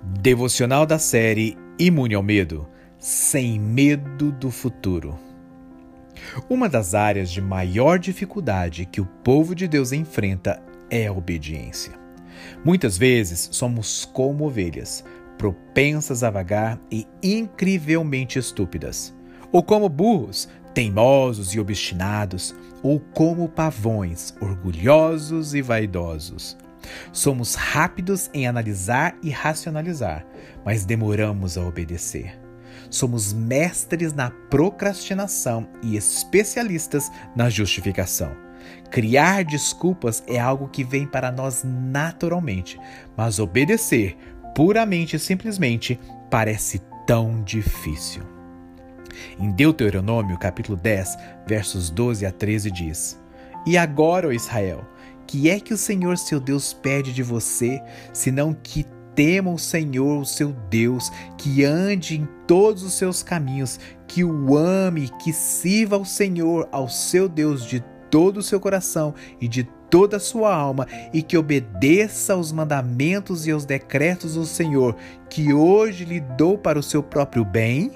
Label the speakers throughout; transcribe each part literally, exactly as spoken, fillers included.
Speaker 1: Devocional da série Imune ao Medo, sem medo do futuro. Uma das áreas de maior dificuldade que o povo de Deus enfrenta é a obediência. Muitas vezes somos como ovelhas, propensas a vagar e incrivelmente estúpidas. Ou como burros, teimosos e obstinados, ou como pavões, orgulhosos e vaidosos. Somos rápidos em analisar e racionalizar, mas demoramos a obedecer. Somos mestres na procrastinação e especialistas na justificação. Criar desculpas é algo que vem para nós naturalmente, mas obedecer puramente e simplesmente parece tão difícil. Em Deuteronômio, capítulo dez, versos doze a treze diz: E agora, ó Israel, que é que o Senhor seu Deus pede de você, senão que tema o Senhor, o seu Deus, que ande em todos os seus caminhos, que o ame, que sirva ao Senhor, ao seu Deus, de todo o seu coração e de toda a sua alma, e que obedeça aos mandamentos e aos decretos do Senhor, que hoje lhe dou para o seu próprio bem?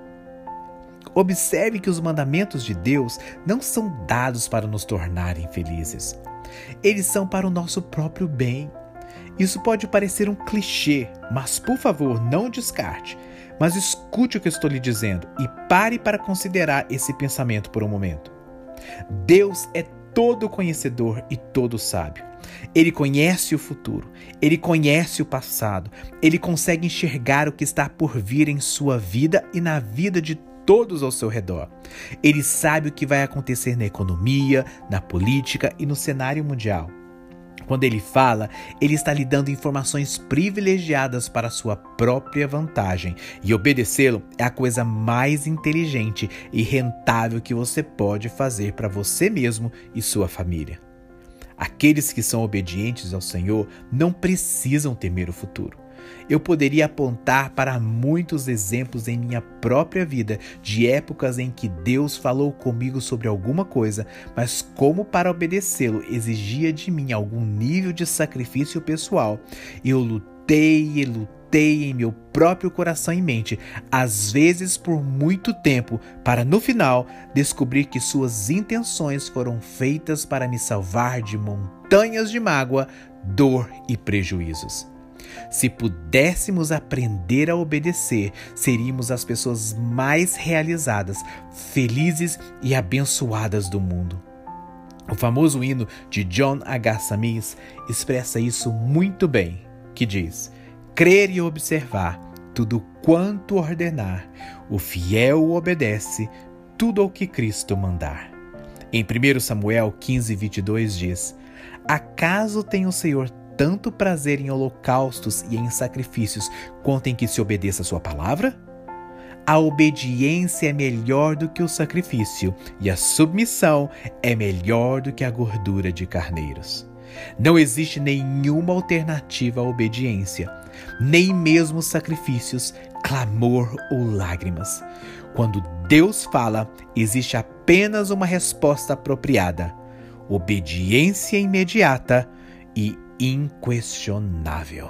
Speaker 1: Observe que os mandamentos de Deus não são dados para nos tornarem felizes. Eles são para o nosso próprio bem. Isso pode parecer um clichê, mas por favor, não descarte. Mas escute o que eu estou lhe dizendo e pare para considerar esse pensamento por um momento. Deus é todo conhecedor e todo sábio. Ele conhece o futuro, ele conhece o passado, ele consegue enxergar o que está por vir em sua vida e na vida de todos ao seu redor. Ele sabe o que vai acontecer na economia, na política e no cenário mundial. Quando ele fala, ele está lhe dando informações privilegiadas para a sua própria vantagem, e obedecê-lo é a coisa mais inteligente e rentável que você pode fazer para você mesmo e sua família. Aqueles que são obedientes ao Senhor não precisam temer o futuro. Eu poderia apontar para muitos exemplos em minha própria vida de épocas em que Deus falou comigo sobre alguma coisa, mas como para obedecê-lo exigia de mim algum nível de sacrifício pessoal, eu lutei e lutei em meu próprio coração e mente, às vezes por muito tempo, para no final descobrir que suas intenções foram feitas para me salvar de montanhas de mágoa, dor e prejuízos. Se pudéssemos aprender a obedecer, seríamos as pessoas mais realizadas, felizes e abençoadas do mundo. O famoso hino de John H. Sammis expressa isso muito bem, que diz: crer e observar tudo quanto ordenar, o fiel obedece tudo ao que Cristo mandar. Em primeiro Samuel quinze, vinte e dois diz: acaso tem o Senhor tanto prazer em holocaustos e em sacrifícios, quanto em que se obedeça a sua palavra? A obediência é melhor do que o sacrifício, e a submissão é melhor do que a gordura de carneiros. Não existe nenhuma alternativa à obediência, nem mesmo sacrifícios, clamor ou lágrimas. Quando Deus fala, existe apenas uma resposta apropriada: obediência imediata e inquestionável.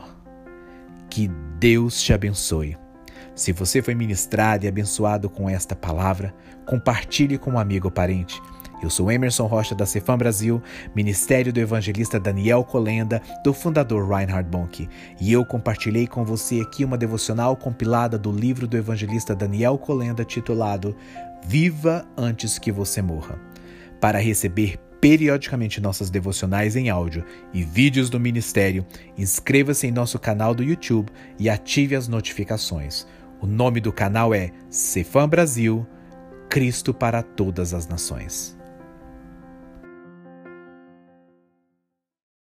Speaker 1: Que Deus te abençoe. Se você foi ministrado e abençoado com esta palavra, compartilhe com um amigo ou parente. Eu sou Emerson Rocha da Cefam Brasil, Ministério do Evangelista Daniel Colenda, do fundador Reinhard Bonnke, e eu compartilhei com você aqui uma devocional compilada do livro do evangelista Daniel Colenda titulado Viva Antes que Você Morra. Para receber periodicamente nossas devocionais em áudio e vídeos do ministério, inscreva-se em nosso canal do YouTube e ative as notificações. O nome do canal é Cefam Brasil, Cristo para todas as nações.